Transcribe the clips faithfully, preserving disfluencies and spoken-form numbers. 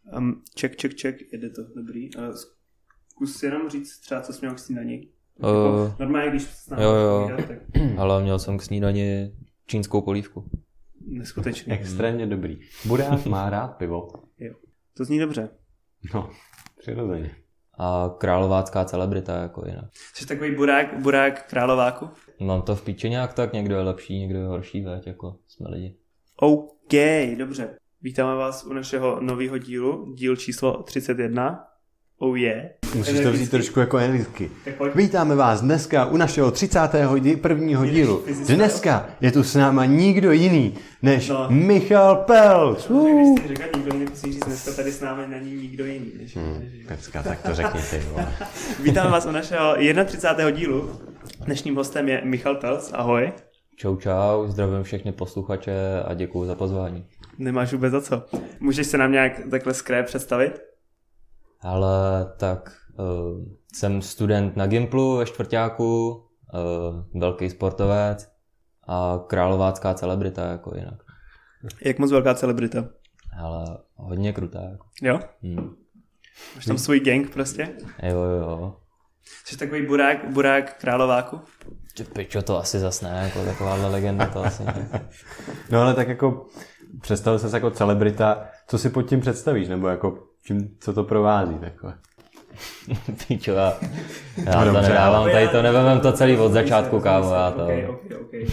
Um, ček, ček, ček, jede to, dobrý. Uh, zkus jenom říct třeba, co jsi měl k snídani. Uh, normálně, když se s námi povídat, tak... Ale měl jsem k snídani čínskou polívku. Neskutečně. Extrémně dobrý. Burák má rád pivo. Jo, to zní dobře. No, přirozeně. A královácká celebrita jako jinak. Jsi takový burák, burák králováku? Mám to v píči nějak tak, někdo je lepší, někdo je horší, veď, jako jsme lidi. OK, dobře. Vítáme vás u našeho nového dílu, díl číslo třicet jedna. Oh yeah. Musíš to vzít trošku jako energicky. Vítáme vás dneska u našeho třicátého prvního dílu. Dneska je tu s náma nikdo jiný než no. Michal Pelc. Uh. Když jsi řekl nikdo jiný, musíš říct, dneska tady s námi není nikdo jiný. Než, hmm, než... Pecka, tak to řekni ty. Vítáme vás u našeho třicátého prvního dílu. Dnešním hostem je Michal Pelc. Ahoj. Čau, čau, zdravím všechny posluchače a děkuju za pozvání. Nemáš vůbec za co. Můžeš se nám nějak takhle skré představit? Ale tak uh, jsem student na Gimplu ve čtvrťáku, uh, velký sportovec a královácká celebrita jako jinak. Jak moc velká celebrita? Ale hodně krutá. Jako. Jo? Hmm. Máš tam svůj gang prostě? Jo, jo. Jsi takový burák, burák králováku? Pičo, to asi zas ne, jako takováhle legenda to asi ne. No ale tak jako představil ses jako celebrita, co si pod tím představíš, nebo jako čím, co to provází takhle? Pičo, já, já to nedávám, tady to nevemem to celý od začátku, kámo, já to... Okay, okay, okay.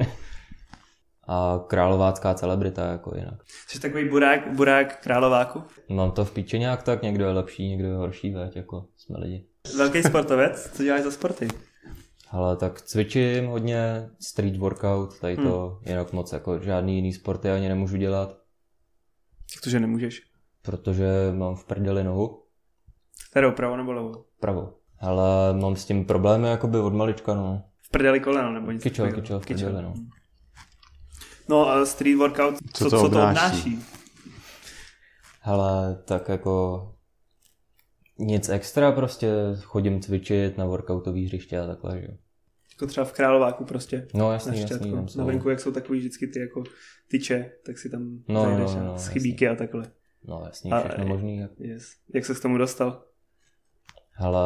A královácká celebrita jako jinak. Jsi takový burák, burák králováku? Mám to v píči nějak tak, někdo je lepší, někdo je horší, veď, jako jsme lidi. Velký sportovec, co děláš za sporty? Ale tak cvičím hodně, street workout, tady to hmm. jinak moc jako žádný jiný sporty ani nemůžu dělat. Jak to, že nemůžeš? Protože mám v prdeli nohu. Kterou, pravou nebo levou? Pravou. Ale mám s tím problémy jakoby od malička, no. V prdeli koleno nebo nic? Kyčo, kyčo, v prdeli, no. No a street workout, co, co, to, co to obnáší? Hele, tak jako nic extra, prostě chodím cvičit na workoutový hřiště a takhle, že jo. Jako třeba v Králováku prostě? No jasný, jasný. Na venku, jak jsou takový vždycky ty jako tyče, tak si tam no, zajdeš no, no, a schybíky jasný. A takhle. No jasný, všechno a, možný. Jak... Yes. Jak se k tomu dostal? Hele,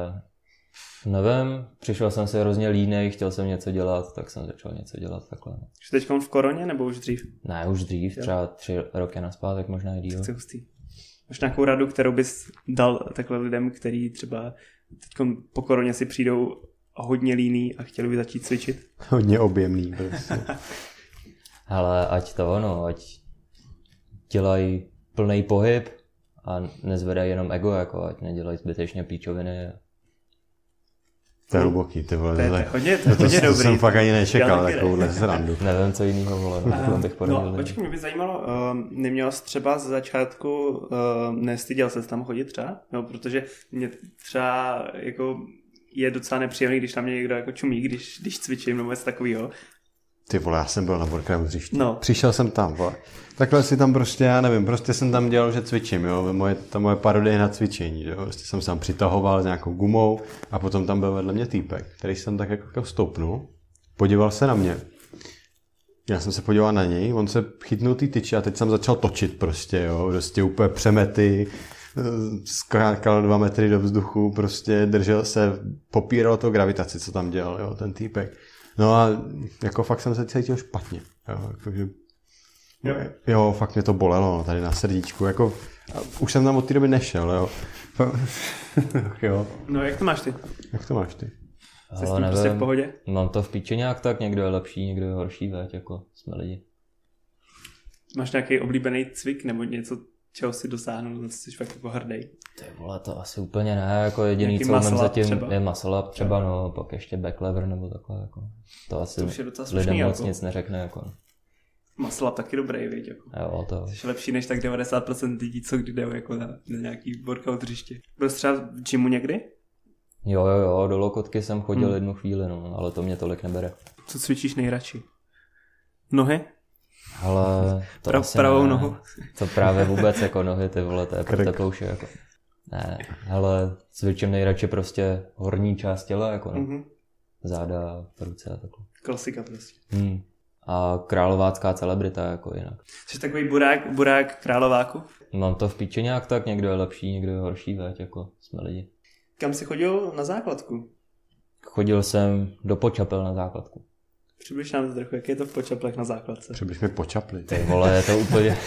nevím, přišel jsem si hrozně línej, chtěl jsem něco dělat, tak jsem začal něco dělat takhle. Už teď v koroně nebo už dřív? Ne, už dřív, jo. Třeba tři roky nazpátek, možná i díl. Chci hustý. Máš nějakou radu, kterou bys dal takhle lidem, kteří třeba teď po koroně si přijdou hodně líný a chtěli by začít cvičit? Hodně objemný prostě. Ale ať to ono, ať dělají plný pohyb a nezvedají jenom ego, jako ať nedělají zbytečně píčoviny. To je hluboký, ty vole. To je, to je hodně, to, to, to, to to jsem fakt ani nečekal, takovouhle srandu. Nevím, co jinýho vole, no, bych poradil. No, počkej, mě by zajímalo, uh, neměl jsi třeba z začátku, uh, nestyděl ses tam chodit třeba? No, protože mě třeba jako je docela nepříjemný, když na mě někdo jako čumí, když, když cvičím nebo něco takovýho. Ty vole, já jsem byl na workout hřišti. No. Přišel jsem tam, vole. Takhle si tam prostě, já nevím, prostě jsem tam dělal, že cvičím, jo. Moje, ta moje parodie na cvičení, jo. Prostě jsem se tam přitahoval s nějakou gumou a potom tam byl vedle mě týpek, který jsem tak jako stoupnul, podíval se na mě. Já jsem se podíval na něj, on se chytnul ty tyče a teď jsem začal točit prostě, jo. Prostě úplně přemety, skákal dva metry do vzduchu, prostě držel se, popíral to gravitaci, co tam dělal, jo, ten týpek. No a jako fakt jsem se cítil špatně. Jo, jakože, jo. jo, fakt mě to bolelo, no, tady na srdíčku. Jako, už jsem tam od té doby nešel, jo. jo. No jak to máš ty? Jak to máš ty? Jsi s tím prostě v pohodě? Mám to v píči nějak tak, někdo je lepší, někdo je horší, veď, jako jsme lidi. Máš nějaký oblíbený cvik nebo něco, čeho si dosáhnul, na co jsi fakt jako hrdý? Ty vole, to asi úplně ne, jako jediný, nějaký co mám zatím třeba. Je muscle up třeba, no, pak ještě back lever nebo takhle, jako. To asi to lidem moc jako. nic neřekne, jako. Muscle up taky dobrý, víš, jako. Jo, to. Jsi lepší než tak devadesát procent lidí, co kdy jdou jako na, na nějaký workout hřiště. Byl jsi třeba v gymu někdy? Jo, jo, jo, do Lokotky jsem chodil hmm. jednu chvíli, no, ale to mě tolik nebere. Co cvičíš nejradši? Nohy? Ale to Prav, asi pravou ne. nohu. To právě vůbec jako nohy, ty vole, to je pro teplouši, jako. Ne, ale cvičím nejradši prostě horní část těla, jako no. Mm-hmm. Záda, ruce a takhle. Klasika prostě. Hmm. a královácká celebrita jako jinak. Jsi takový burák, burák králováku? Mám to v píči nějak tak, někdo je lepší, někdo je horší, veď, jako jsme lidi. Kam jsi chodil na základku? Chodil jsem do Počapel na základku. Přibliž nám to trochu, jak je to v Počaplech na základce? Přibliž mi Počapli. Ty vole, je to úplně...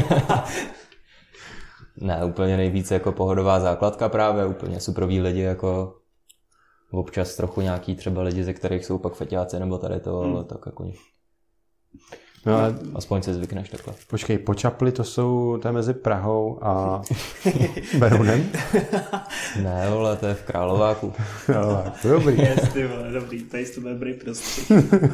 Ne, úplně nejvíc jako pohodová základka právě, úplně suprový lidi, jako občas trochu nějaký třeba lidi, ze kterých jsou pak feťáci nebo tady to, hmm. ale tak jako... No, ale... Aspoň se zvykneš takhle. Počkej, Počapli to jsou, to je mezi Prahou a Berounem? Ne, vole, to je v Králováku. Králováku, dobrý. Yes, ty vole, dobrý, tady to bude dobrý prostředí.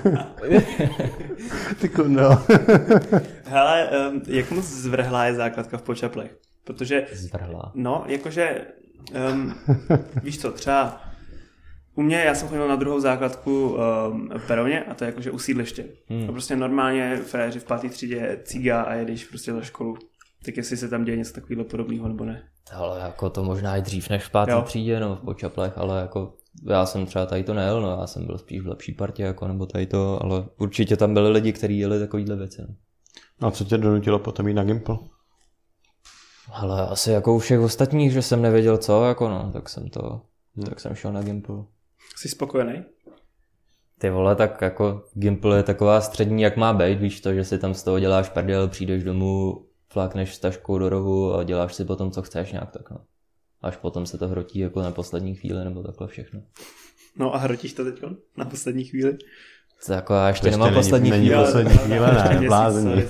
Ty kundo. Hele, um, jak moc zvrhlá je základka v Počaplech? Protože... Zvrhlá. No, jakože, um, víš co, třeba u mě, já jsem chodil na druhou základku um, v Berouně a to je jakože u sídliště. Hmm. A prostě normálně fréři v páté třídě cígá a jedeš prostě za školu. Tak jestli se tam děje něco takového podobného nebo ne. Ale jako to možná i dřív než v páté třídě, no v Počaplech, ale jako já jsem třeba tady to nejel, no já jsem byl spíš v lepší partě, jako nebo tady to, ale určitě tam byli lidi, kteří jeli takovýhle věci. No. A co tě donutilo potom jít na Gimpl? Ale asi jako u všech ostatních, že jsem nevěděl co, jako no, tak jsem to, hmm. tak jsem šel na Gimpl. Jsi spokojený? Ty vole, tak jako Gimpl je taková střední, jak má být, víš to, že si tam z toho děláš prdel, přijdeš domů, flákneš s taškou do rohu a děláš si potom, co chceš nějak tak, no. Až potom se to hrotí jako na poslední chvíli nebo takhle všechno. No a hrotíš to teď na poslední chvíli? To jako já ještě nemám poslední chvíli. Není poslední chvíle, ne, blázení.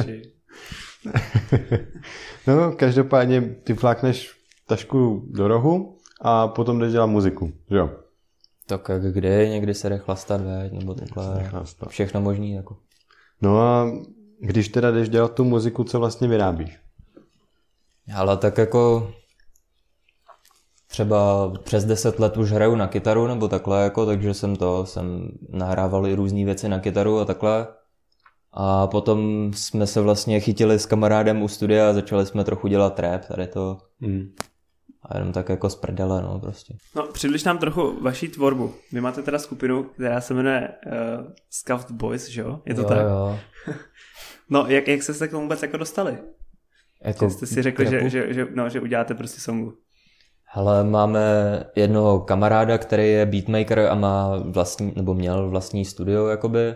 No, každopádně ty flákneš tašku do rohu a potom jdeš dělat muziku, jo? Tak jak kdy, někdy se jde chlastat, veď, nebo takhle, všechno možný, jako. No a když teda jdeš dělat tu muziku, co vlastně vyrábíš? Ale tak jako třeba přes deset let už hraju na kytaru nebo takhle, jako, takže jsem to, jsem nahrával i různý věci na kytaru a takhle. A potom jsme se vlastně chytili s kamarádem u studia a začali jsme trochu dělat rap, tady to. Mm. A jenom tak jako z prdele, no prostě. No, přibliž nám trochu vaší tvorbu. Vy máte teda skupinu, která se jmenuje uh, Scout Boys, že jo? Je to jo, tak? Jo. No, jak, jak jste se k tomu vůbec jako dostali? Jako jste si řekli, že, že, že, no, že uděláte prostě songu. Hele, máme jednoho kamaráda, který je beatmaker a má vlastní, nebo měl vlastní studio, jakoby.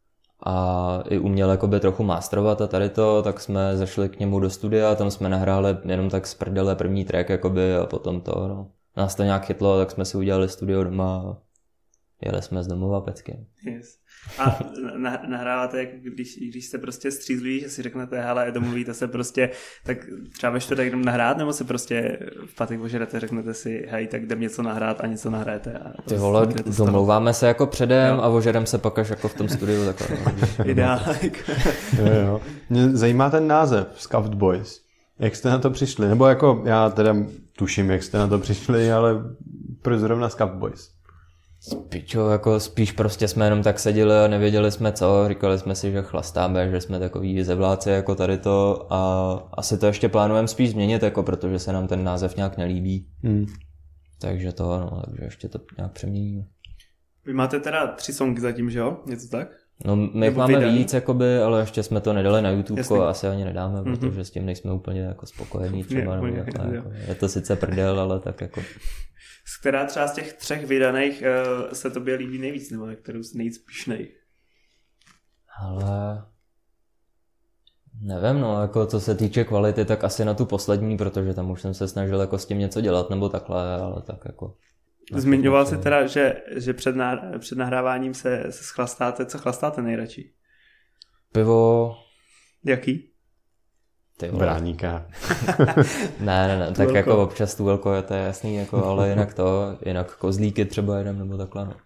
A i uměl jakoby trochu masterovat a tady to, tak jsme zašli k němu do studia a tam jsme nahráli jenom tak z prdele první track jakoby a potom to, no. Nás to nějak chytlo, tak jsme si udělali studio doma a jeli jsme z domova pecky. Yes. A nahráváte, jak když, když jste prostě střízliví, že si řeknete, hele, domluvíte se prostě, tak třeba ve čtvrtek jdem nahrát, nebo si prostě v pátek ožerete, řeknete si, hej, tak jdem něco nahrát a něco nahrajete. A ty vole, domlouváme se jako předem jo. A ožerem se pak až jako v tom studiu. Takhle, no. Ideálek. jo, jo. Mě zajímá ten název, Scout Boys. Jak jste na to přišli? Nebo jako, já teda tuším, jak jste na to přišli, ale proč zrovna Scout Boys? Pičo, jako spíš prostě jsme jenom tak seděli a nevěděli jsme co, říkali jsme si, že chlastáme, že jsme takový zevláci jako tady to a asi to ještě plánujeme spíš změnit, jako protože se nám ten název nějak nelíbí. Hmm. Takže to, no, takže ještě to nějak přeměníme. Vy máte teda tři songy zatím, že jo? Je to tak? No my máme vydaný? Víc, jakoby, ale ještě jsme to nedali na YouTube a asi ani nedáme, mm-hmm. protože s tím nejsme úplně jako spokojení třeba. Nebo je, takhle, jako, je to sice prdel, ale tak jako... Z která třeba z těch třech vydaných uh, se tobě líbí nejvíc, nebo na kterou jsi nejvíc pyšnej? Ale... Nevím, no, jako co se týče kvality, tak asi na tu poslední, protože tam už jsem se snažil jako s tím něco dělat, nebo takhle, ale tak jako... Zmiňoval jsi teda, že, že před, náhr- před nahráváním se, se schlastáte. Co chlastáte nejradši? Pivo. Jaký? Bráníka. ne, ne, ne, tak velko. Jako občas tu velko, to je jasný, jako, ale jinak to, jinak kozlíky třeba jedem, nebo takhle, no.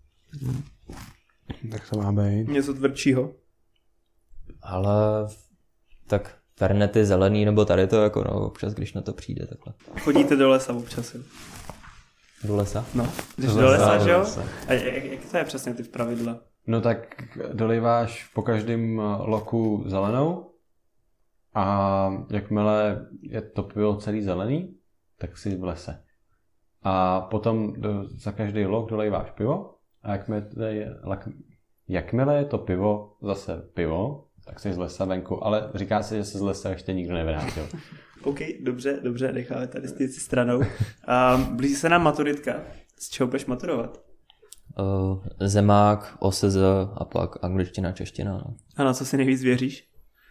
Tak to má být. Něco tvrdšího? Ale tak fernety zelený, nebo tady to, jako no, občas, když na to přijde, takhle. Chodíte do lesa občas, jo? Do lesa? No, když do lesa, že jo? A jak, jak to je přesně ty pravidla? No tak dolejváš po každém loku zelenou a jakmile je to pivo celý zelený, tak si v lese. A potom do, za každý lok dolejváš pivo a jakmile je, jakmile je to pivo zase pivo, tak jsi z lesa venku, ale říká se, že se z lesa ještě nikdo nevrátil. OK, dobře, dobře, necháme tady ty věci stranou. Um, blíží se nám maturitka. Z čeho budeš maturovat? Uh, zemák, O S Z a pak angličtina, čeština. No. A na co si nejvíc věříš?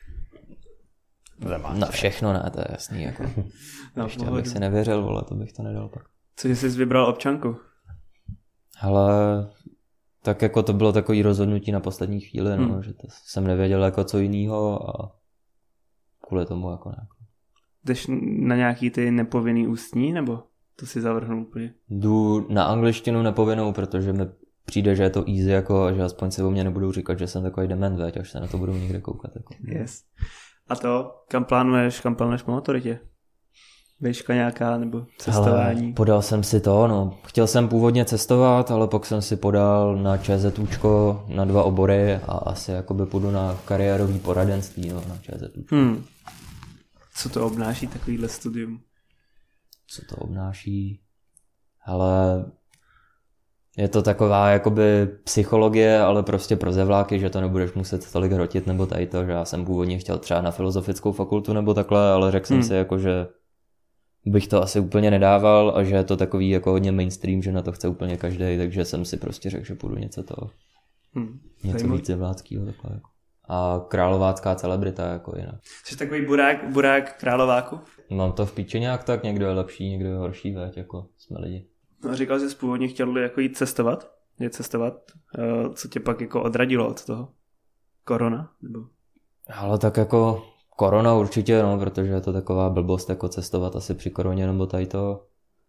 Zemák. Na všechno ne, to je jasný. Jako. No, ještě abych si nevěřil, vole, to bych to nedal pak. Co jsi vybral občanku? Ale tak jako to bylo takový rozhodnutí na poslední chvíli, no, hmm. že to jsem nevěděl jako co jinýho a kvůli tomu jako ne. Jdeš na nějaký ty nepovinný ústní, nebo to si zavrhnul úplně? Jdu na angličtinu nepovinnou, protože mi přijde, že je to easy jako, a že aspoň si o mě nebudou říkat, že jsem takový dement, veď, až se na to budu někde koukat. Jako. Yes. A to, kam plánuješ, kam plánuješ po maturitě? Výška nějaká, nebo cestování? Ale podal jsem si to, no. Chtěl jsem původně cestovat, ale pak jsem si podal na ČZUčko na dva obory a asi jakoby půjdu na kariérový poradenství, no, na ČZUčko. Hmm. Co to obnáší takovýhle studium? Co to obnáší? Ale je to taková jakoby psychologie, ale prostě pro zevláky, že to nebudeš muset tolik hrotit nebo tady to, že já jsem původně chtěl třeba na filozofickou fakultu nebo takhle, ale řekl jsem hmm. si jako, že bych to asi úplně nedával a že je to takový jako hodně mainstream, že na to chce úplně každý, takže jsem si prostě řekl, že půjdu něco toho. Hmm. Něco víc zevláckýho takhle jako. A královácká celebrita jako jinak. Jsi takový burák, burák králováku? Mám to v píči nějak tak, někdo je lepší, někdo je horší, veď, jako jsme lidi. No a říkal jsi, že původně chtěl jako jít cestovat, jít cestovat, co tě pak jako odradilo od toho? Korona? Nebo? Ale tak jako korona určitě, no, protože je to taková blbost jako cestovat asi při koroně nebo tady to.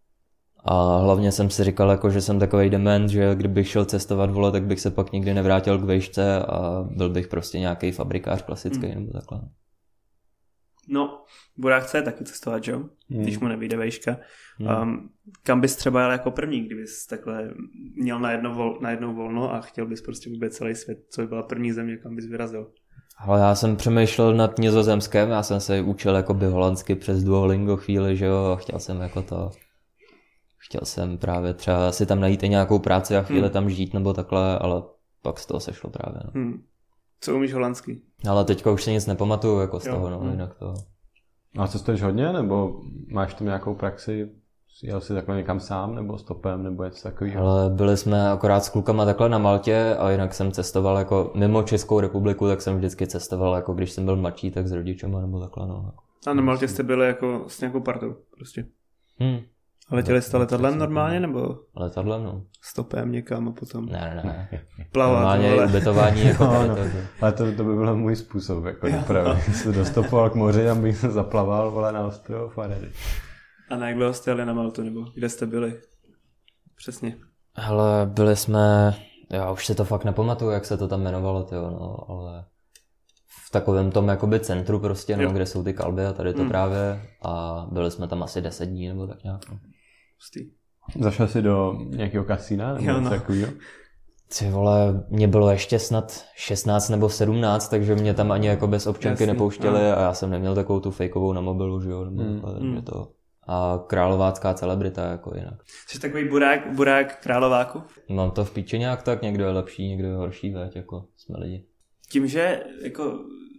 A hlavně jsem si říkal, jako, že jsem takovej dement, že kdybych šel cestovat, vole, tak bych se pak nikdy nevrátil k vejšce a byl bych prostě nějaký fabrikář klasický mm. nebo takhle. No, burák chce taky cestovat, jo? Mm. Když mu nevyjde vejška. Mm. Um, kam bys třeba jel jako první, kdybys takhle měl najednou, vol, najednou volno a chtěl bys prostě vůbec celý svět, co by byla první země, kam bys vyrazil? Ale já jsem přemýšlel nad Nizozemskem, já jsem se učil jakoby holandsky přes Duolingo chvíli, že jo, a chtěl jsem jako to... Chtěl jsem právě třeba si tam najít i nějakou práci a chvíli hmm. tam žít nebo takhle, ale pak z toho sešlo právě. No. Hmm. Co umíš holandsky? Ale teďka už si nic nepamatuju jako z jo. toho, no, hmm. jinak to... A cestuješ hodně, nebo máš tam nějakou praxi? Jel jsi takhle někam sám, nebo stopem, nebo něco takového? Ale byli jsme akorát s klukama takhle na Maltě a jinak jsem cestoval jako mimo Českou republiku, tak jsem vždycky cestoval, jako když jsem byl mladší, tak s rodičema nebo takhle, no. A na Maltě jste byli jako s nějakou partou, prostě? Hmm. A letěli jste letadlem normálně, nebo? Letadlem, no. Stopem někam a potom? Ne, ne, ne. Plavat, normálně ubytování jako no, no. Ale to, to by byl můj způsob, jako dopravy. Se dostopoval k moři a bych se zaplaval, vole, na ostrov a jeli. A na jak dlouho jste jeli na Maltu, nebo kde jste byli? Přesně. Hele, byli jsme, já už si to fakt nepamatuju, jak se to tam jmenovalo, tyjo, no, ale v takovém tom jakoby centru prostě, no, kde jsou ty kalby a tady to mm. právě a byli jsme tam asi deset dní nebo tak nějak. No. Pustý. Zašel jsi do nějakého kasína nebo no. takového? Ty vole, mě bylo ještě snad šestnáct nebo sedmnáct, takže mě tam ani jako bez občanky Jasný, nepouštěli no. a já jsem neměl takovou tu fejkovou na mobilu, že jo, nebo mm. takhle, takže to... A královácká celebrita jako jinak. Jsi takový burák, burák králováku? Mám to v píči nějak tak, někdo je lepší, někdo je horší, veď, jako jsme lidi. Tím, že jako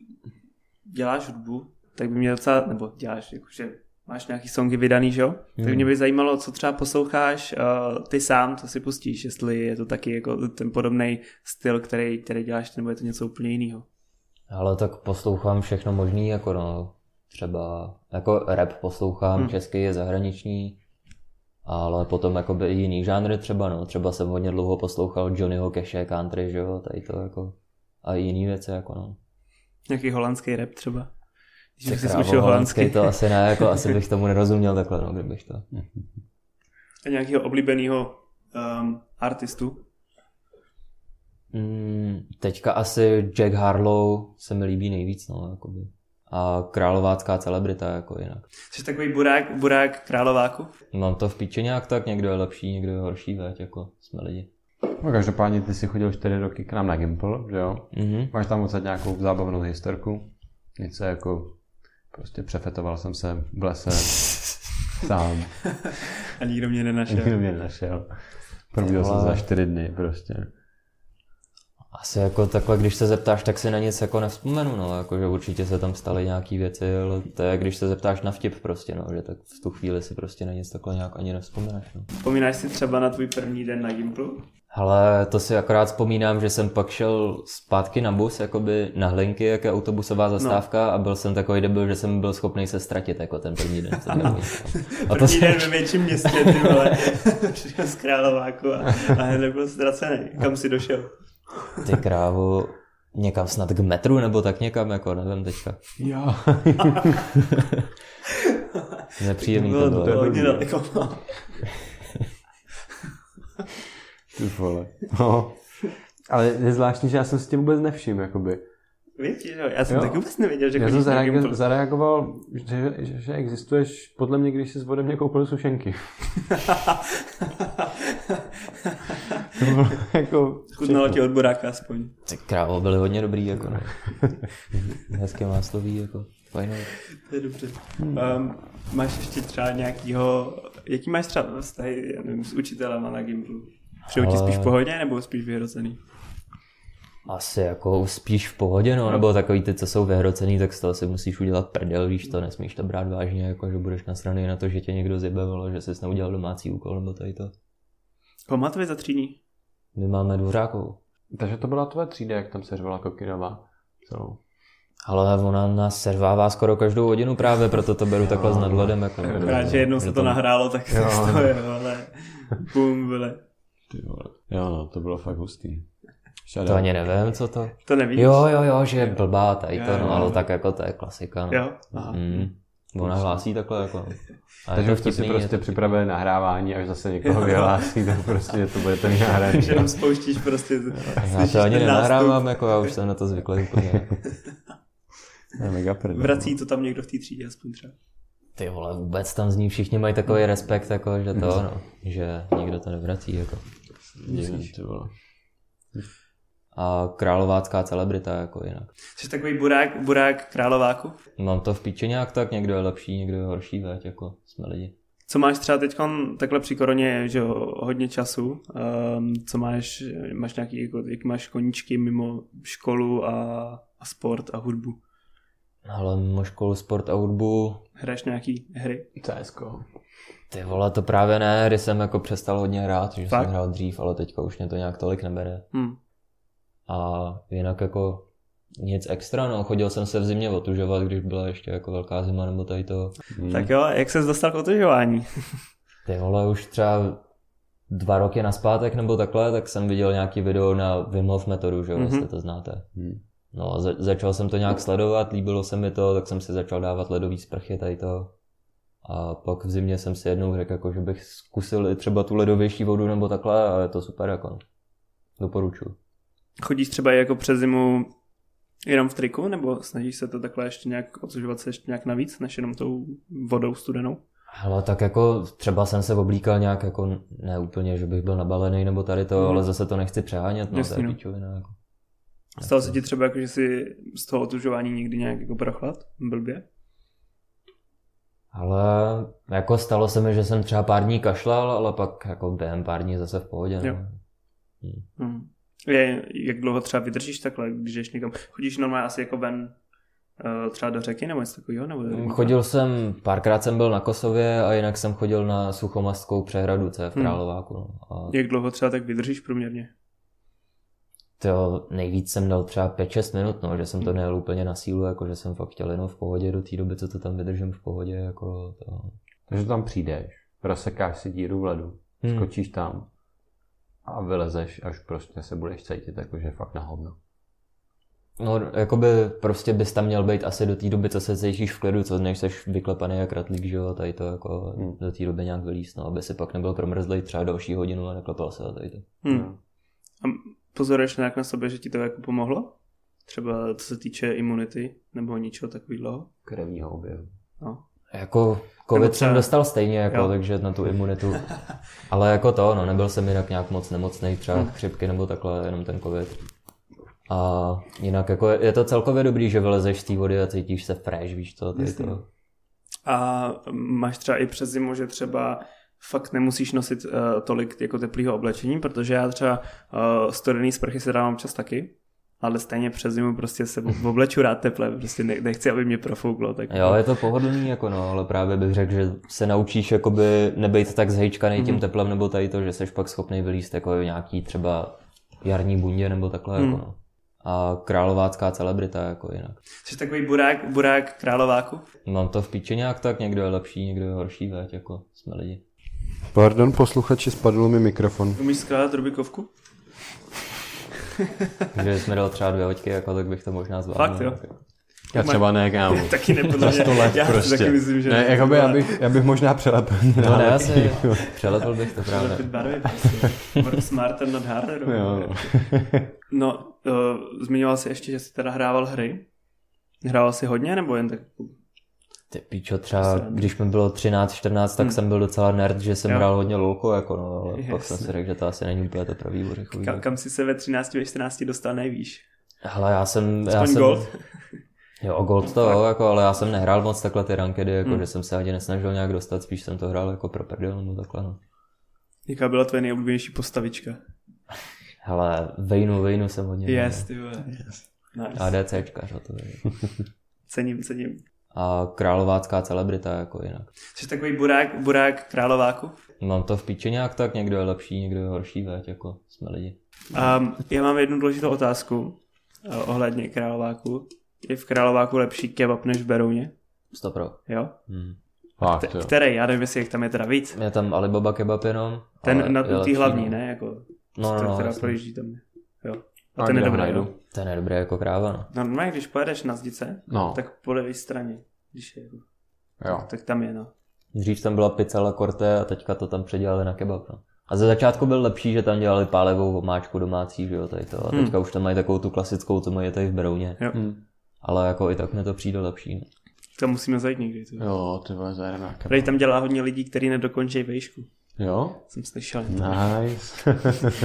děláš hudbu, tak by mě docela, nebo děláš, jakože máš nějaký songy vydaný, že jo? Hmm. Tak mě by zajímalo, co třeba posloucháš uh, ty sám, co si pustíš, jestli je to taky jako ten podobný styl, který, který děláš, nebo je to něco úplně jiného. Ale tak poslouchám všechno možný, jako no, třeba jako rap poslouchám, hmm. český je zahraniční, ale potom jakoby i jiný žánry třeba, no, třeba jsem hodně dlouho poslouchal Johnnyho Cashe, country, že jo, tady to jako, a jiný věci, jako no. Nějaký holandský rap třeba? Když jsi slyšel holandský, to asi ne, jako asi bych tomu nerozuměl takhle, no, kdybych to. A nějakého oblíbeného um, artistu? Mm, teďka asi Jack Harlow se mi líbí nejvíc, no, jakoby. A královácká celebrita jako jinak. Jsi takový burák, burák králováku? Mám to v píči nějak tak, někdo je lepší, někdo je horší, veď, jako jsme lidi. No každopádně ty jsi chodil čtyři roky k nám na Gimple, že jo? Mm-hmm. Máš tam odsaď nějakou zábavnou historku? Něco jako, prostě přefetoval jsem se v lese sám. A nikdo mě nenašel. Nikdo mě nenašel. Probíl jsem za čtyři dny prostě. Asi jako takhle, když se zeptáš, tak si na nic jako nevzpomenu, no, jakože určitě se tam staly nějaký věci, ale to je, když se zeptáš na vtip prostě, no, že tak v tu chvíli si prostě na nic takhle nějak ani nevzpomeneš, no. Vzpomínáš si třeba na tvůj první den na Gimplu? Ale to si akorát vzpomínám, že jsem pak šel zpátky na bus, jakoby na Hlinky, jak je autobusová zastávka, no. A byl jsem takový debil, že jsem byl schopný se ztratit jako ten první den. Ten no. A první den ve větším městě, ty vole, přišel z Králováku a, a hned byl ztracený. Kam jsi došel? Ty krávo, někam snad k metru, nebo tak někam, jako nevím teďka. Jo. Nepříjemný to bylo. To bylo hodně daleko, no. Ty vole. No. Ale je zvláštní, že já jsem si tě vůbec nevšiml, jakoby. Víš, jo, já jsem jo. tak vůbec nevěděl, že já jsem zareagoval, zareagoval že, že, že existuješ podle mě, když jsi ode mě koupil sušenky. To bylo jako... Chutnalo ti od Boráka aspoň. Ty krávo, byly hodně dobrý, jako no. Hezké máslový, jako fajné. To je dobře. Um, máš ještě třeba nějakýho, jaký máš třeba vztahy, já nevím, s učitelem na Gimplu? Přijou ti spíš v pohodě, nebo spíš vyhrocený? Asi jako spíš v pohodě, no, nebo takový ty, co jsou vyhrocený, tak z toho si musíš udělat prdel, víš to, nesmíš to brát vážně, jako že budeš nasraný na to, že tě někdo zjebevil, že jsi neudělal domácí úkol, nebo tady to. Koho máte vy za třídní? My máme Dvořákovou. Takže to byla tvoje třída, jak tam seřvala Kokinová celou. Ale ona nás servává skoro každou hodinu právě, proto to beru takhle s nadhledem. Jako, Rád, že jednou se to nahrálo, tak jo, to je, ale bum, byle. Jo, no, to bylo fakt hustý. Shut to ani nevím, co to. To nevíš? Jo, jo, jo, že je blbá tady to, no, ale tak jako to je klasika. No. Jo? Aha. Mm. Ona hlásí takhle jako. A takže to si prostě připravili nahrávání, až zase někoho vyhlásí, tak prostě to bude ten nahraný. Že tam spouštíš prostě. Já to ani nenahrávám, jako já už jsem na to zvyklý úplně. Mega prdel. Vrací to tam někdo v té třídě aspoň třeba. Ty vole, vůbec tam z ní všichni mají takový respekt, jako, že to, no, že nikdo to nevrací, jako. Divný, ty vole. A královácká celebrita, jako jinak. Jsi takový burák, burák králováku? Mám to v píči nějak tak, někdo je lepší, někdo je horší, veď, jako jsme lidi. Co máš třeba teď takhle při koroně, že jo, hodně času, um, co máš, máš nějaký, jako, jak máš koníčky mimo školu a, a sport a hudbu? Ale mimo školu, sport a hudbu... Hraješ nějaký hry? C S ko. Ty vole, to právě ne, kdy jsem jako přestal hodně hrát, že Fakt? jsem hrál dřív, ale teďka už mě to nějak tolik nebere. Hmm. A jinak jako nic extra, no, chodil jsem se v zimě otužovat, když byla ještě jako velká zima nebo tady to. Hmm. Tak jo, jak ses dostal k otužování? Ty vole, už třeba dva roky naspátek nebo takhle, tak jsem viděl nějaký video na Wim Hof metodu, že jo, mm-hmm. jestli to znáte. Hmm. No a za- začal jsem to nějak sledovat, líbilo se mi to, tak jsem si začal dávat ledový sprchy tady to. A pak v zimě jsem si jednou řekl, jako, že bych zkusil i třeba tu ledovější vodu nebo takhle, ale je to super, jako doporučuji. Chodíš třeba jako přes zimu jenom v triku, nebo snažíš se to takhle ještě nějak otužovat se ještě nějak navíc, než jenom tou vodou studenou? Ale tak jako třeba jsem se oblíkal nějak jako, ne úplně, že bych byl nabalený nebo tady to, hmm. ale zase to nechci přehánět, no, to je píčovina, jako. Stalo se ti třeba jako, že jsi z toho otužování někdy nějak jako prochlad? Blbě? Ale jako stalo se mi, že jsem třeba pár dní kašlal, ale pak jako během pár dní zase v pohodě. Jo. No. Hmm. Hmm. Je, jak dlouho třeba vydržíš takhle, když jdeš někam? Chodíš normálně asi jako ven uh, třeba do řeky nebo něco takového? Nebo... Chodil jsem, párkrát jsem byl na Kosově a jinak jsem chodil na Suchomastskou přehradu, co je v Králováku. No. A... Jak dlouho třeba tak vydržíš průměrně? To nejvíc jsem dal třeba pět šest minut, no, že jsem to nejel úplně na sílu, jako že jsem fakt chtěl jenom v pohodě do té doby, co to tam vydržím v pohodě. Jako to... Takže tam přijdeš, rozsekáš si díru v ledu, hmm. skočíš tam a vylezeš, až prostě se budeš cítit, jakože fakt na hovno. No, jakoby prostě bys tam měl být asi do té doby, co se cítíš v klidu, co než seš vyklepaný jak ratlík, že jo, tady to jako hmm. do té doby nějak vylíst, no, aby si pak nebyl promrzlej třeba další hodinu a neklepal se a tady to. Hmm. No. A pozoruješ nějak na sobě, že ti to jako pomohlo? Třeba co se týče imunity nebo ničeho takového? Krevního objevu. No. Jako covid třeba... jsem dostal stejně, jako, jo. takže na tu imunitu. Ale jako to, no, nebyl jsem jinak nějak moc nemocnej, třeba hmm. chřipky nebo takhle, jenom ten covid. A jinak jako je to celkově dobrý, že vylezeš z té vody a cítíš se fresh, víš to, tady to. A máš třeba i přes zimu, že třeba fakt nemusíš nosit uh, tolik jako teplého oblečení, protože já třeba uh, studený sprchy se dávám čas taky, ale stejně přes zimu prostě se obleču rád teple, prostě nechci, aby mě profouklo. Tak jo, je to pohodlný, jako no, ale právě bych řekl, že se naučíš jakoby nebejt tak zhejčkanej tím mm. teplem, nebo tady to, že jsi pak schopný vylízt jako nějaký třeba jarní bundě, nebo takhle, mm. jako no. A královácká celebrita, jako jinak. Jsi takový burák, burák králováku? Mám to v píči nějak tak, někdo je lepší, někdo je horší, veď, jako jsme lidi. Pardon, posluchači, spadl mi mikrofon. Umíš skládat Rubikovku? Když jsme dal třeba dvě hoďky, jako, tak bych to možná zvládl. Fakt, jo? Já třeba ne, kámo. Taky nepodle mě. Já prostě. taky myslím, že ne, jakoby já bych, já bych možná přelepil. No ne, asi přelepil bych to právě. Přelepit barvy, prostě. Work smarter, not harder. Jo, no. No, uh, zmiňoval jsi ještě, že jsi teda hrával hry. Hrával jsi hodně, nebo jen tak? Ty píčo, třeba když mi bylo třináct čtrnáct, tak hmm. jsem byl docela nerd, že jsem jo. hrál hodně lolko, jako no, ale yes. pak jsem si řekl, že to asi není úplně to pravý ořechový. Kam, kam jsi se ve třinácti, ve čtrnácti dostal nejvíš? Hele, já jsem... Já jsem Gold? Jo, o Gold to jo, jako, ale já jsem nehrál moc takhle ty rankedy, jako, hmm. že jsem se ani nesnažil nějak dostat, spíš jsem to hrál jako pro prdel, nebo takhle, no. Jaká byla tvoje nejoblíbenější postavička? Hele, Vejnu, Vejnu jsem hodně měl. Yes, ty vole. Yes. Nice. ADCčka, že to je. Cením, cením. A královácká celebrita, jako jinak. Jsi takový burák, burák králováku? Mám to v píči nějak tak, někdo je lepší, někdo je horší, veď, jako jsme lidi. Um, já mám jednu důležitou otázku uh, ohledně králováku. Je v králováku lepší kebab než v Berouně? sto pro. Jo? Hmm. Fakt, K- který? Já nevím, jestli jak tam je teda víc. Je tam Alibaba kebab jenom. Ten na té hlavní, ne? Jako, no, no, no, která projíždí tam. Jo. A, a ten je dobrý, jo? Ten je dobrý jako kráva, no. No normálně, když pojedeš na Zdice, no. tak po levé straně, když je, jako, jo. Tak, tak tam je, no. Dřív tam byla pizza la corte a teďka to tam předělali na kebab, no. A ze začátku byl lepší, že tam dělali pálevou omáčku domácí, že jo, tady to. A teďka hmm. už tam mají takovou tu klasickou, co mají tady v Berouně. Jo. Hmm. Ale jako i tak mi to přijde lepší, no. To musíme zajít někdy. To. Jo, ty vole, zajedeme na kebab. Tady tam dělá hodně lidí, kteří nedokončí vejšku. Jo? Jsem slyšel. Nice.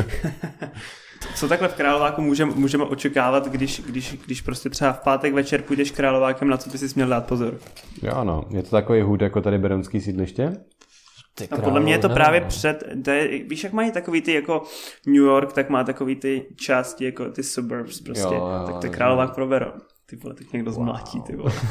Co takhle v Králováku můžeme, můžeme očekávat, když, když, když prostě třeba v pátek večer půjdeš Královákem, na co by si měl dát pozor? Jo, no. Je to takový hůd jako tady berounský sídliště? A podle mě je to ne, právě ne. před, to je, víš, jak mají takový ty jako New York, tak má takový ty části, jako ty suburbs prostě, jo, jo, tak to je Královák pro Beroun. Ty vole, tak někdo wow. zmlátí, ty vole.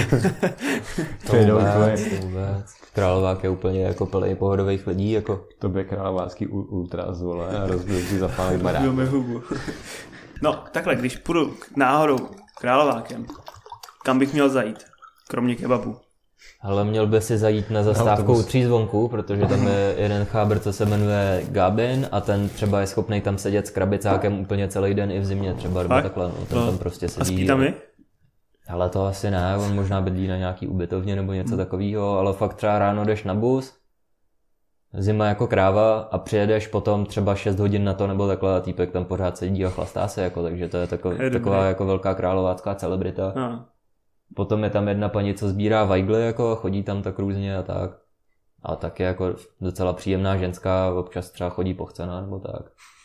to vůbec, to vůbec. Královák je úplně jako plný pohodových lidí, jako. To by královácký ultras, vole, a rozbil si zapálit barák. hubu. No, takhle, když půjdu náhodou Královákem, kam bych měl zajít, kromě kebabu? Ale měl by si zajít na zastávku u Třízvonku, protože tam je jeden chábr, co se jmenuje Gabin a ten třeba je schopný tam sedět s krabicákem úplně celý den i v zimě třeba, nebo takhle, no, ten no. tam prostě sedí. A spí tam je? Ale to asi ne, on možná bydlí na nějaký ubytovně nebo něco hmm. takového, ale fakt třeba ráno jdeš na bus, zima jako kráva a přijedeš potom třeba šest hodin na to nebo takhle a týpek tam pořád sedí a chlastá se, jako, takže to je, tako, je taková jako velká královácká celebrita. No. Potom je tam jedna paní, co sbírá vajgly, jako chodí tam tak různě a tak. A tak je jako docela příjemná ženská, občas třeba chodí pochcená nebo tak.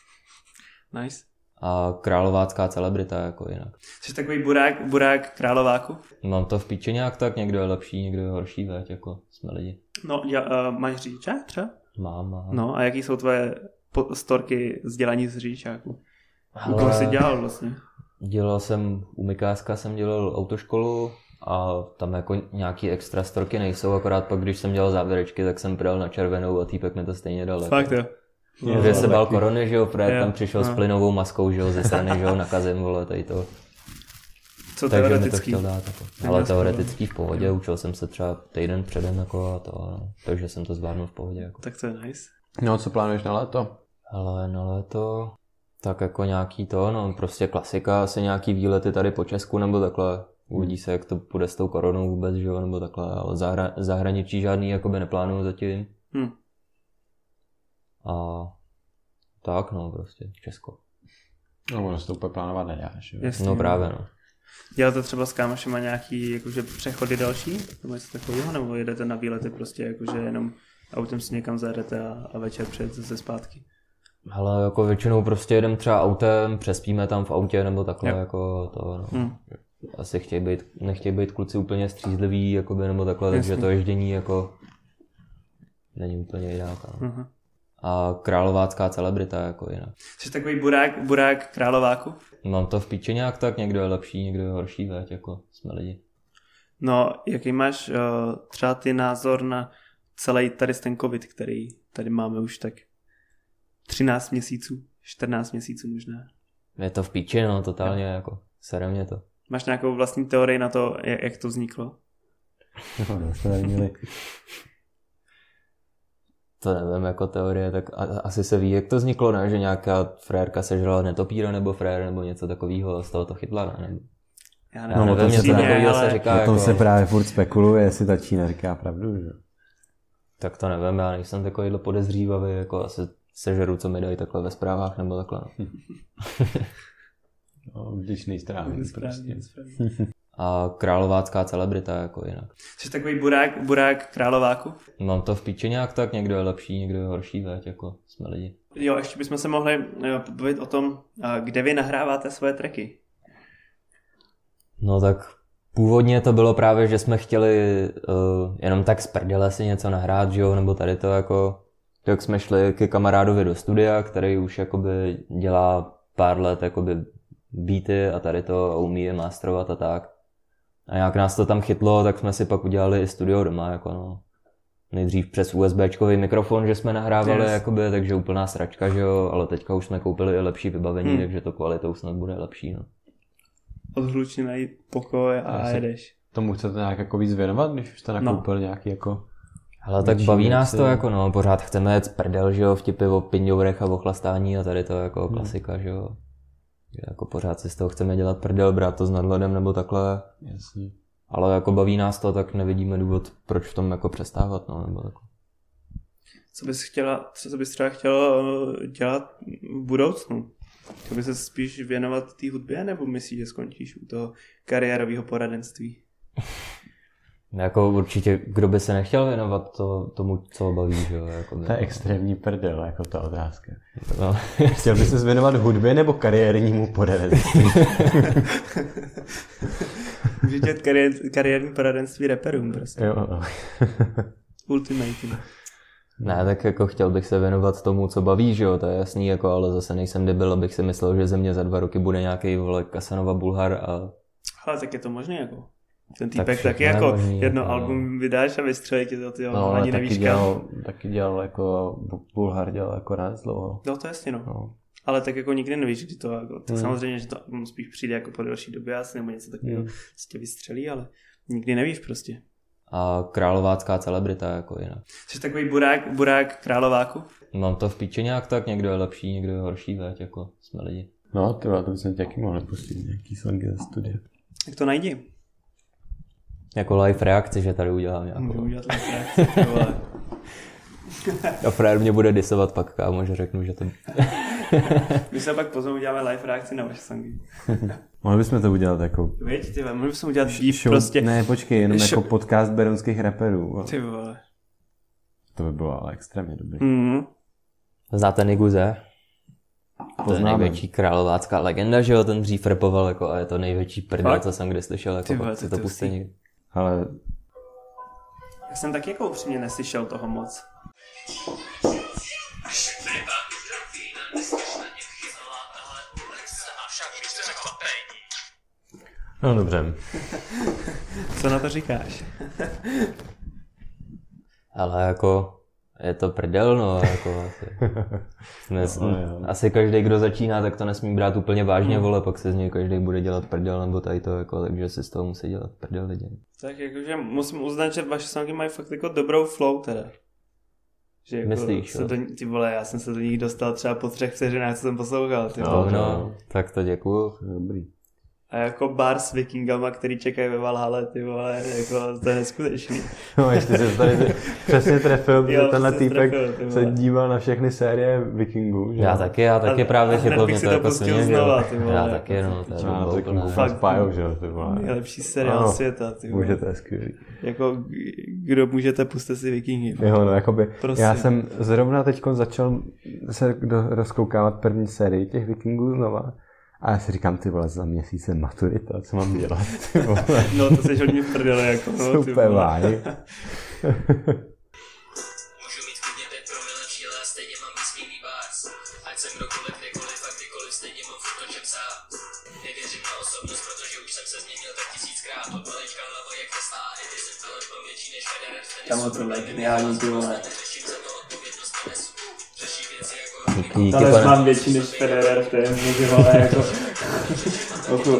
Nice. A královácká celebrita jako jinak. Jsi takový burák, burák Králováku? Mám to v píči nějak tak, někdo je lepší, někdo je horší, veď, jako jsme lidi. No, já, uh, máš řidičák třeba? Mám, mám. No a jaký jsou tvoje po- storky z dělání z řidičáku? U koho jsi dělal vlastně? Dělal jsem, u Mikáska jsem dělal autoškolu a tam jako nějaký extra storky nejsou, akorát pak, když jsem dělal závěrečky, tak jsem prodal na červenou a týpek mi to stejně dal. Fakt jo? No, že se bál korony, že jo, protože tam přišel no. s plynovou maskou, že jo, ze strany, že jo, nakazem, vole, tady to. Co takže teoretický? Mi to chtěl dát, jako. Ale teoretický v pohodě, učil jsem se třeba týden předem, jako a to, no. Takže jsem to zvládnul v pohodě, jako. Tak to je nice. No, co plánuješ na léto? Ale na léto, tak jako nějaký to, no, prostě klasika, asi nějaký výlety tady po Česku, nebo takhle. Uvidí se, jak to bude s tou koronou vůbec, že jo, nebo takhle, ale zahra- zahraničí žádný jakoby neplánuju zatím. Hmm. A tak no, prostě Česko. No, ono se to úplně plánovat neděláš, jo? No právě, no. Děláte třeba s kámošema nějaký jakože přechody další? Nebo něco takového? Nebo jedete na výlety prostě jakože jenom autem si někam zajedete a, a večer přijedete zase zpátky? Hele, jako většinou prostě jedem třeba autem, přespíme tam v autě nebo takhle, jo. jako to, no. Hmm. Asi chtějí být, nechtějí být kluci úplně střízliví, jakoby, nebo takhle, Jasný. takže to ježdění jako není úplně ideálka. No. Uh-huh. A královácká celebrita jako jinak. Jsi takový burák, burák králováku? Mám to v píči nějak tak, někdo je lepší, někdo je horší, veď, jako jsme lidi. No, jaký máš uh, třeba ty názor na celý tady ten covid, který tady máme už tak třináct měsíců, čtrnáct měsíců možná. Je to v píči, no, totálně, no. Jako, sere mě to. Máš nějakou vlastní teorii na to, jak, jak to vzniklo? No, no, jsme měli. To nevím, jako teorie, tak a, asi se ví, jak to vzniklo, ne? Že nějaká frérka sežrala netopíra nebo frér nebo něco takového a z toho to chytla, ne? Já nevím, no, nevím, něco takového ale... se říká. O tom jako... se právě furt spekuluje, jestli ta Čína říká pravdu, že? Tak to nevím, já nejsem takovýhle podezřívavý, jako asi sežeru, co mi dají takhle ve zprávách nebo takhle. No, no když nejstrávím prostě. A královácká celebrita jako jinak. Jsi takový burák, burák králováku? Mám to v píči nějak tak, někdo je lepší, někdo je horší, veď, jako jsme lidi. Jo, ještě bychom se mohli pobavit o tom, kde vy nahráváte svoje tracky. No tak původně to bylo právě, že jsme chtěli uh, jenom tak z prdele si něco nahrát, že jo, nebo tady to jako, tak jsme šli ke kamarádovi do studia, který už jakoby dělá pár let jakoby beaty a tady to a umí je masterovat a tak. A nějak nás to tam chytlo, tak jsme si pak udělali i studio doma, jako no. Nejdřív přes USBčkový mikrofon, že jsme nahrávali, yes. jakoby, takže úplná sračka, že jo, ale teďka už jsme koupili i lepší vybavení, hmm. takže to kvalitou snad bude lepší, no. Odhlučený pokoj a já jedeš. Tomu chcete nějak jako víc věnovat, když už jste nakoupil no. nějaký jako... Ale tak baví nás to jako no, pořád chceme jet prdel, že jo, vtipy o pindourech a o chlastání a tady to jako hmm. klasika, že jo. Jako pořád si z toho chceme dělat prdel, brát to s nadhledem nebo takhle. Jasně. Ale jako baví nás to, tak nevidíme důvod, proč v tom jako přestávat, no, nebo takhle. Co bys chtěla, co bys třeba chtěla dělat v budoucnu? Chtěl bys se spíš věnovat té hudbě, nebo myslíš, že skončíš u toho kariérového poradenství? Jako určitě, kdo by se nechtěl věnovat to, tomu, co baví, že jo? Jako to je extrémní prdel, jako ta otázka. No. Chtěl bys se věnovat hudbě nebo kariérnímu poradenství? Můžeš dělat kariér, kariérní poradenství raperům prostě. Jo, no. Ultimate. Ne, tak jako chtěl bych se věnovat tomu, co baví, že jo, to je jasný, jako, ale zase nejsem debil, abych si myslel, že ze mě za dva roky bude nějaký vole Casanova Bulhar a... Ale tak je to možné, jako. Ten týpek tak taky jako možný, jedno no. album vydáš a vystřelí ti to, ty no, ani nevíš kam. Dělal, taky dělal jako, Bulhar dělal jako rád dlouho. No to jasně, no. no. Ale tak jako nikdy nevíš, kdy to, jako, tak hmm. samozřejmě, že to album spíš přijde jako po delší době asi, nebo něco takového, hmm. co tě vystřelí, ale nikdy nevíš prostě. A královácká celebrita jako jinak. Jsi takový burák, burák králováku? Mám to v píči nějak tak, někdo je lepší, někdo je horší, veď, jako jsme lidi. No, to, to bychom taky mohli pustit nějaký songy ze studia. Tak to najdi. Jako live reakci, že tady udělám nějakou. Můžu udělat live reakci, ale... A frér mě bude disovat pak, kámo, že řeknu, že to... My se pak pozor uděláme live reakci na vaše songy. Mohli bychom to udělat jako... Víš, ty vole, mohli bychom udělat deep show, prostě... Ne, počkej, jenom show... jako podcast berounských raperů. Ty vole. To by bylo ale extrémně dobrý. Mm-hmm. Znáte Niguze? To je Poznáme. největší královácká legenda, že jo, ten dřív rapoval, jako, a je to největší prdel, co jsem kdy slyšel, jako vole, pak si to pustí někdy. Ale... Já jsem taky jako upřímně neslyšel toho moc. No dobře. Co na to říkáš? Ale jako... Je to prdel, no, jako asi. Nes, no, asi každý, kdo začíná, tak to nesmí brát úplně vážně, hmm. vole, pak se z něj každý bude dělat prdel, nebo tady to, jako, takže si z toho musí dělat prdel lidi. Tak jakože musím uznat, že vaše songy mají fakt jako dobrou flow teda. Že jako myslíš, se do, ty vole, já jsem se do nich dostal třeba po třech vteřinách, co jsem poslouchal, ty no, no, tak to děkuju. Dobrý. A jako bar s vikingama, který čekají ve Valhalle, ty vole, jako to je neskutečný. No ještě se tady přesně trefil, protože tenhle týpek se díval na všechny série vikingů. Že? Já taky, já taky a, právě chytlo mě to, to jako směně, znova, ty vole. Já taky, no, to je no, vikingů fakt spájou, že jo, ty vole. Nejlepší seriál no, světa, ty vole. Můžete, je skvělý. Jako, kdo můžete, puste si Vikingy. Jo, no, jakoby, prosím. Já jsem zrovna teďko začal se rozkoukávat první sérii těch vikingů znova. A já si říkám, ty vole, za měsíc je maturita, co mám dělat, ty vole. No, to jsi hodně v prdele, jako, no, super váj. Můžu mít jsem kdokoliv, kdekoliv a kdykoliv stejně mám furt o čem psát. Nevěřím na osobnost, protože už jsem se změnil tak tisíckrát. Od malička hlava jak Tesla, i ty jsem talent mám větší než Federer v tenisu. Tam to je geniální, ty vole. Řeším za to odpovědnost nenesu. Řeší věci jako... Díky, Ale pane. mám větší než Federer v tenisu, ty vole, jako... Ochu.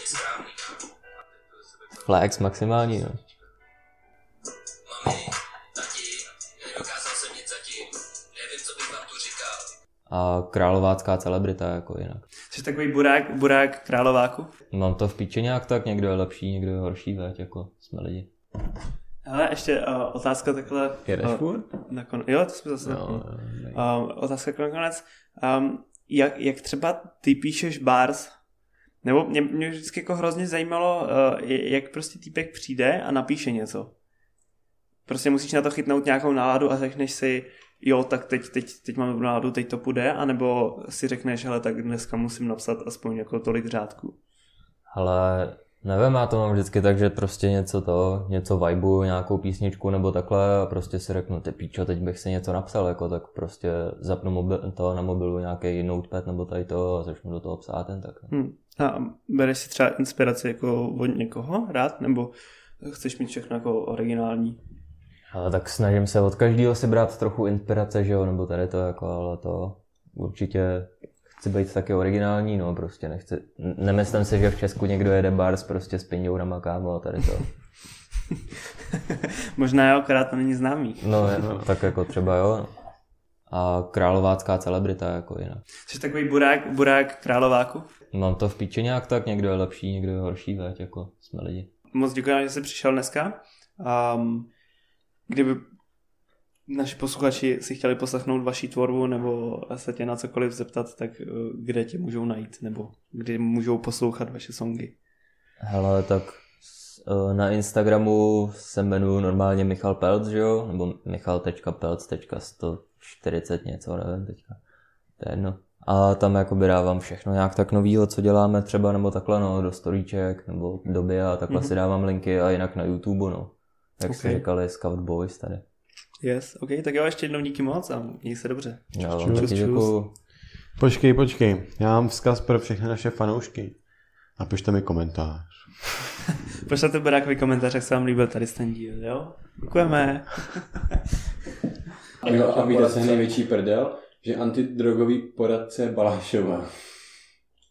Flex maximální, no. Mami, tati, nedokázal jsem nic zatím. Nevím, co bych vám tu říkal. A královácká celebrita jako jinak. Jsi takový burák, burák králováku? Mám to v píči nějak tak, někdo je lepší, někdo je horší, veď, jako jsme lidi. Hele, ještě uh, otázka takhle... Jedeš uh, furt? nakon... Jo, to jsme zase... No, Uh, otázka nakonec. Um, jak, jak třeba ty píšeš bars? Nebo mě, mě vždycky jako hrozně zajímalo, uh, jak prostě týpek přijde a napíše něco. Prostě musíš na to chytnout nějakou náladu a řekneš si, jo, tak teď, teď, teď máme náladu, teď to půjde, anebo si řekneš, hele, tak dneska musím napsat aspoň jako tolik řádků. Ale nevím, já to mám vždycky tak, že prostě něco to, něco vibu, nějakou písničku nebo takhle a prostě si řeknu, ty píčo, teď bych si něco napsal, jako tak prostě zapnu mobil, to na mobilu nějaký notepad nebo tady to a začnu do toho psát ten tak. Hmm. A bereš si třeba inspiraci jako od někoho rád, nebo chceš mít všechno jako originální? Ale tak snažím se od každého si brát trochu inspirace, že jo, nebo tady to jako, ale to určitě chci být taky originální, no prostě nechci, nemyslím si, že v Česku někdo jede bars prostě s pindourama, kámo, a tady to. Možná jo, akorát to není známý. No, je, no tak jako třeba jo, no. A královácká celebrita jako jinak. Jsi takový burák, burák králováku? Mám to v píči nějak tak, někdo je lepší, někdo je horší, veď, jako jsme lidi. Moc děkuji, že jsi přišel dneska. Um, kdyby naši posluchači si chtěli poslechnout vaši tvorbu nebo se tě na cokoliv zeptat, tak kde tě můžou najít nebo kde můžou poslouchat vaše songy? Hele, tak na Instagramu se jmenuji normálně Michal Pelc, že jo? Nebo michal tečka pelc tečka sto čtyřicet něco, nevím teďka. To je jedno. A tam jakoby dávám všechno nějak tak novýho, co děláme třeba, nebo takhle, no, do storíček, nebo doby a takhle mm-hmm. si dávám linky a jinak na YouTube, no. Jak okay. si říkali Scout Boys tady. Yes, ok, tak jo, ještě jednou díky moc a měj se dobře. Jo, čus, taky děkuju. Počkej, počkej, já mám vzkaz pro všechny naše fanoušky. Napište mi komentář. Pošlete Borákovi komentář, jak se vám líbil tady ten díl, jo? Děkujeme. A víte, co je největší prdel? Že antidrogový poradce Balášova.